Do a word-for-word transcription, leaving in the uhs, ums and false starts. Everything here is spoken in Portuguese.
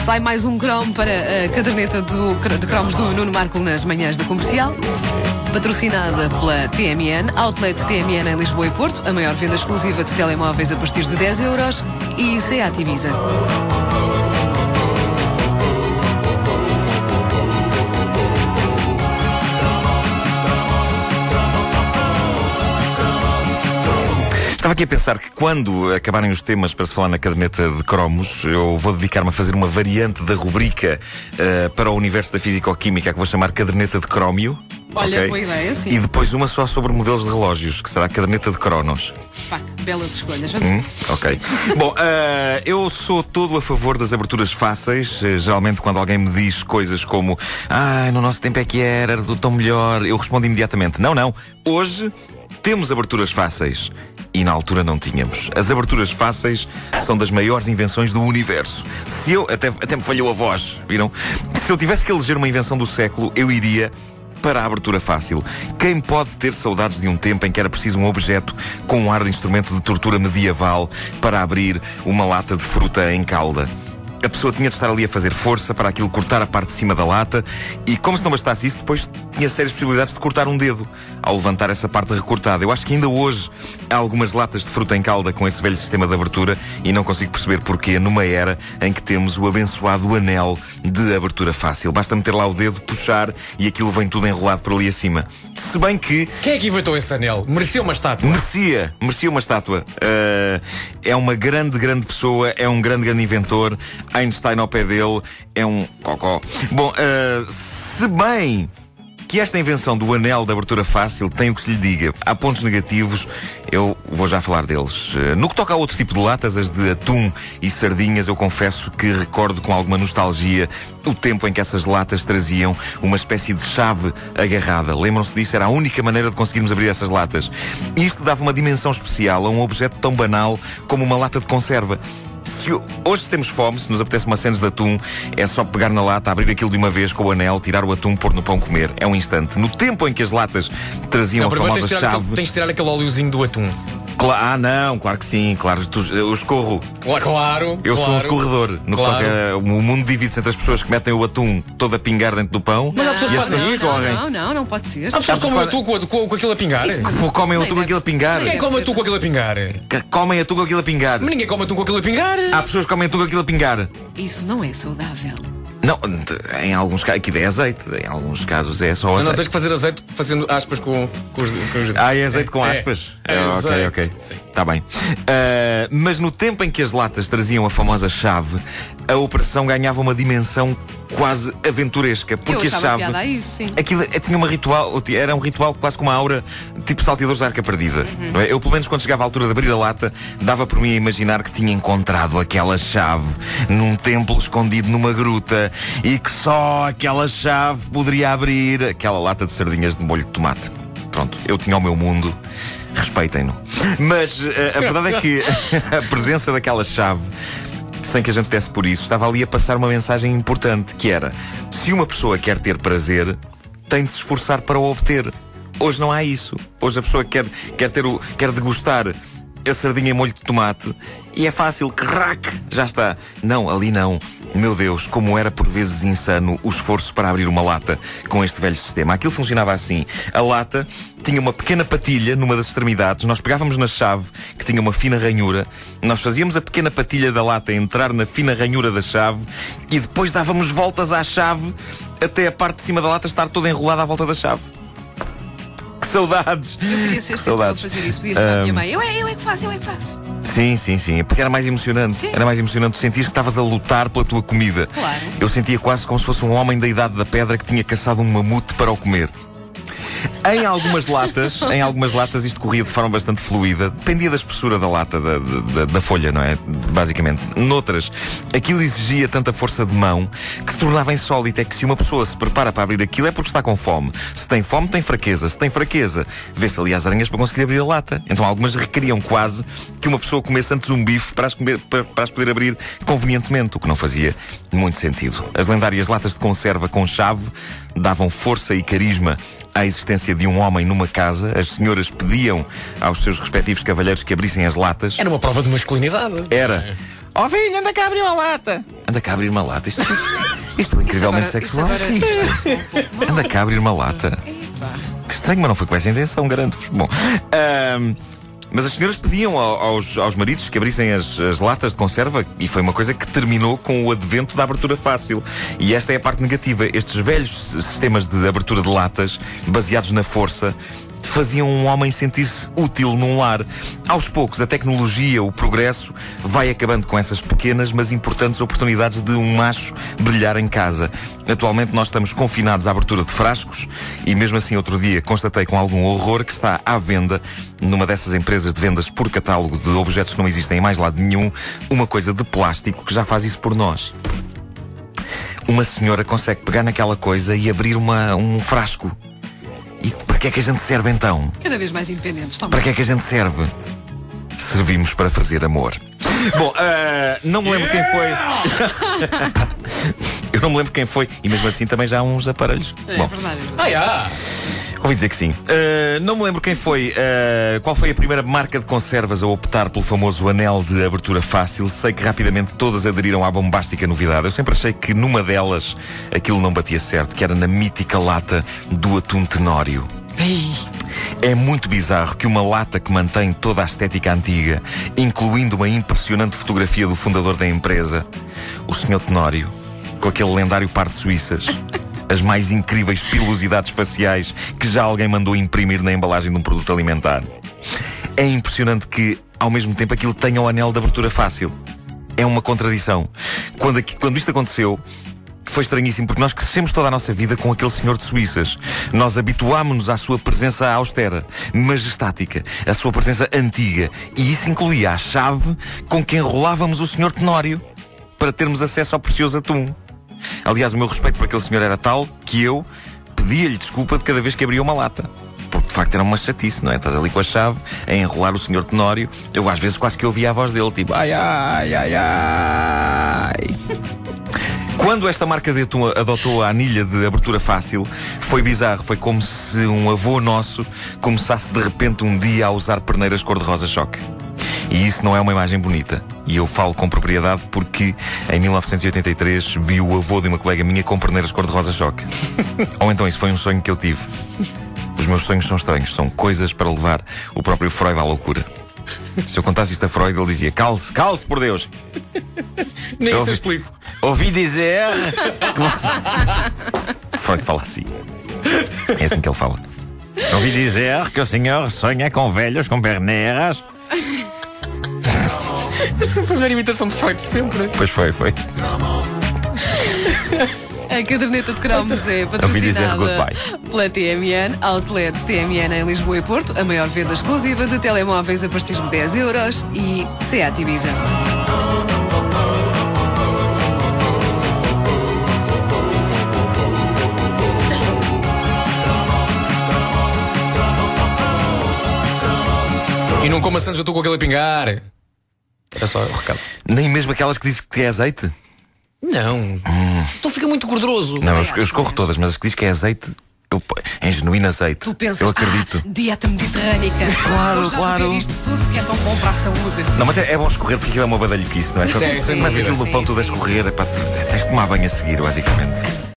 Sai mais um cromo para a caderneta do, de cromos do Nuno Marco nas manhãs da Comercial. Patrocinada pela T M N, Outlet T M N em Lisboa e Porto, a maior venda exclusiva de telemóveis a partir de dez euros, e Seat Ibiza. Estava aqui a pensar que quando acabarem os temas para se falar na caderneta de cromos, eu vou dedicar-me a fazer uma variante da rubrica uh, para o universo da físico-química que vou chamar caderneta de crómio. Olha, okay? Boa ideia, sim. E depois uma só sobre modelos de relógios, que será a caderneta de Cronos. Pá, que belas escolhas. Vamos hum, isso. Ok. Bom, uh, eu sou todo a favor das aberturas fáceis. Uh, geralmente quando alguém me diz coisas como ah, no nosso tempo é que era, era tudo tão melhor, eu respondo imediatamente, não, não, hoje temos aberturas fáceis. E na altura não tínhamos. As aberturas fáceis são das maiores invenções do universo. Se eu... Até, até me falhou a voz, viram? Se eu tivesse que eleger uma invenção do século, eu iria para a abertura fácil. Quem pode ter saudades de um tempo em que era preciso um objeto com um ar de instrumento de tortura medieval para abrir uma lata de fruta em calda? A pessoa tinha de estar ali a fazer força para aquilo cortar a parte de cima da lata e, como se não bastasse isso, depois tinha sérias possibilidades de cortar um dedo ao levantar essa parte recortada. Eu acho que ainda hoje há algumas latas de fruta em calda com esse velho sistema de abertura e não consigo perceber porquê numa era em que temos o abençoado anel de abertura fácil. Basta meter lá o dedo, puxar e aquilo vem tudo enrolado por ali acima. Se bem que... Quem é que inventou esse anel? Merecia uma estátua? Merecia, merecia uma estátua. Uh, é uma grande, grande pessoa, é um grande, grande inventor. Einstein ao pé dele é um cocó. Bom, uh, se bem que esta invenção do anel de abertura fácil tem o que se lhe diga. Há pontos negativos, eu vou já falar deles. Uh, no que toca a outro tipo de latas, as de atum e sardinhas, eu confesso que recordo com alguma nostalgia o tempo em que essas latas traziam uma espécie de chave agarrada. Lembram-se disso? Era a única maneira de conseguirmos abrir essas latas. Isto dava uma dimensão especial a um objeto tão banal como uma lata de conserva. Se hoje, se temos fome, se nos apetece uma cenas de atum, é só pegar na lata, abrir aquilo de uma vez com o anel, tirar o atum, pôr no pão, comer. É um instante. No tempo em que as latas traziam não, a famosa tens de chave... Aquele, tens de tirar aquele óleozinho do atum. Cla ah, não, claro que sim, claro, tu, eu escorro. Claro, claro. Eu claro, sou um escorredor. No claro. que toca, o mundo divide-se entre as pessoas que metem o atum todo a pingar dentro do pão. Mas há pessoas e que as fazem pessoas isso. escorrem. Não, não, não pode ser. Há pessoas que comem o atum com, com, com aquilo a pingar. Isso Que comem o atum com aquilo a pingar. Ninguém come atum com aquilo a pingar. Que comem atum com aquilo a pingar. Mas ninguém come atum com aquilo a pingar. Há pessoas que comem atum com aquilo a pingar. Isso não é saudável. Não, em alguns casos, aqui é azeite, em alguns casos é só azeite. Mas não tens que fazer azeite fazendo aspas com, com, os, com os... Ah, é azeite com aspas? É, é, é ok, ok. Está bem. Uh, mas no tempo em que as latas traziam a famosa chave, a operação ganhava uma dimensão quase aventuresca. Porque Eu a chave. piada a isso, sim. Aquilo tinha uma ritual, era um ritual quase com uma aura tipo salteadores da arca perdida. Uhum. Não é? Eu, pelo menos, quando chegava à altura de abrir a lata, dava por mim a imaginar que tinha encontrado aquela chave num templo escondido numa gruta e que só aquela chave poderia abrir aquela lata de sardinhas de molho de tomate. Pronto, eu tinha o meu mundo. Respeitem-no. Mas uh, a verdade é que a presença daquela chave, sem que a gente desse por isso, estava ali a passar uma mensagem importante, que era: se uma pessoa quer ter prazer, tem de se esforçar para o obter. Hoje não há isso. Hoje a pessoa quer, quer, ter o, quer degustar a sardinha em molho de tomate e é fácil, crack, já está. Não, ali não. Meu Deus, como era por vezes insano o esforço para abrir uma lata com este velho sistema. Aquilo funcionava assim. A lata tinha uma pequena patilha numa das extremidades. Nós pegávamos na chave, que tinha uma fina ranhura. Nós fazíamos a pequena patilha da lata entrar na fina ranhura da chave e depois dávamos voltas à chave até a parte de cima da lata estar toda enrolada à volta da chave. Que saudades! Eu podia ser sempre eu a fazer isso. Podia ser um... a minha mãe. Eu é, eu é que faço, eu é que faço. Sim, sim, sim. Porque era mais emocionante. Sim. Era mais emocionante. Tu sentias que estavas a lutar pela tua comida. Claro. Eu sentia quase como se fosse um homem da idade da pedra que tinha caçado um mamute para o comer. Em algumas latas, em algumas latas isto corria de forma bastante fluida. Dependia da espessura da lata, da, da, da folha, não é? Basicamente. Noutras, aquilo exigia tanta força de mão que se tornava insólito. É que se uma pessoa se prepara para abrir aquilo é porque está com fome. Se tem fome, tem fraqueza. Se tem fraqueza, vê-se ali as aranhas para conseguir abrir a lata. Então algumas requeriam quase que uma pessoa comesse antes um bife para as, comer, para, para as poder abrir convenientemente, o que não fazia muito sentido. As lendárias latas de conserva com chave davam força e carisma à existência existência de um homem numa casa. As senhoras pediam aos seus respectivos cavalheiros que abrissem as latas. Era uma prova de masculinidade. Era. Ó oh, filho, anda cá a abrir uma lata. Anda cá a abrir uma lata. Isto, isto é incrivelmente Isso sexual. agora, isso agora... Anda cá a abrir uma lata. Que estranho, mas não foi com essa intenção, garanto-vos. Bom, ahm, mas as senhoras pediam aos, aos maridos que abrissem as, as latas de conserva, e foi uma coisa que terminou com o advento da abertura fácil. E esta é a parte negativa. Estes velhos sistemas de abertura de latas, baseados na força, faziam um homem sentir-se útil num lar. Aos poucos, a tecnologia, o progresso, vai acabando com essas pequenas, mas importantes oportunidades de um macho brilhar em casa. Atualmente nós estamos confinados à abertura de frascos e mesmo assim outro dia constatei com algum horror que está à venda, numa dessas empresas de vendas por catálogo de objetos que não existem em mais lado nenhum, uma coisa de plástico que já faz isso por nós. Uma senhora consegue pegar naquela coisa e abrir uma, um frasco. E para que é que a gente serve então? Cada vez mais independentes. Toma. Para que é que a gente serve? Servimos para fazer amor. Bom, uh, não me lembro quem foi. Eu não me lembro quem foi. E mesmo assim também já há uns aparelhos. É, Bom, é verdade. É verdade. Ah, yeah. ouvi dizer que sim. Uh, não me lembro quem foi. Uh, qual foi a primeira marca de conservas a optar pelo famoso anel de abertura fácil? Sei que rapidamente todas aderiram à bombástica novidade. Eu sempre achei que numa delas aquilo não batia certo, que era na mítica lata do atum tenório. É muito bizarro que uma lata que mantém toda a estética antiga, incluindo uma impressionante fotografia do fundador da empresa, o senhor Tenório, com aquele lendário par de suíças, as mais incríveis pilosidades faciais que já alguém mandou imprimir na embalagem de um produto alimentar. É impressionante que, ao mesmo tempo, aquilo tenha o anel de abertura fácil. É uma contradição. Quando, quando isto aconteceu, foi estranhíssimo, porque nós crescemos toda a nossa vida com aquele senhor de suíças. Nós habituámos-nos à sua presença austera, majestática, à sua presença antiga. E isso incluía a chave com que enrolávamos o senhor Tenório para termos acesso ao precioso atum. Aliás, o meu respeito por aquele senhor era tal que eu pedia-lhe desculpa de cada vez que abria uma lata. Porque de facto era uma chatice, não é? Estás ali com a chave a enrolar o senhor Tenório. Eu às vezes quase que ouvia a voz dele, tipo ai, ai, ai, ai. Quando esta marca de atum adotou a anilha de abertura fácil, foi bizarro. Foi como se um avô nosso começasse de repente um dia a usar perneiras cor-de-rosa choque. E isso não é uma imagem bonita. E eu falo com propriedade porque em mil novecentos e oitenta e três vi o avô de uma colega minha com perneiras cor-de-rosa choque. Ou então isso foi um sonho que eu tive. Os meus sonhos são estranhos, são coisas para levar o próprio Freud à loucura. Se eu contasse isto a Freud, ele dizia: calce, calce por Deus. Nem eu isso ouvi, eu explico. Ouvi dizer que você... Freud fala assim. É assim que ele fala. Ouvi dizer que o senhor sonha com velhos com perneiras. Essa foi a melhor imitação de Freud sempre. Pois foi, foi. A caderneta de cromos é Ouvi dizer patrocinada goodbye. pela T M N, Outlet T M N em Lisboa e Porto, a maior venda exclusiva de telemóveis a partir de dez euros, e Seat Ibiza. E não coma Santos, eu estou com aquele a pingar. Era só o recado. Nem mesmo aquelas que dizem que é azeite? Não. Hum. Então fica muito gorduroso. Não, eu, eu escorro todas, mas as que diz que é azeite, eu, é genuíno azeite. Tu pensas, eu acredito. Ah, dieta mediterrânica. Claro, Vou já claro. beber isto tudo que é tão bom para a saúde. Não, mas é, é bom escorrer porque aquilo é uma badalhoquice, não é? É, sem Mas dúvida. aquilo do pão Sim, tudo a sim, escorrer, epá, tu tens que tomar banho a seguir, basicamente.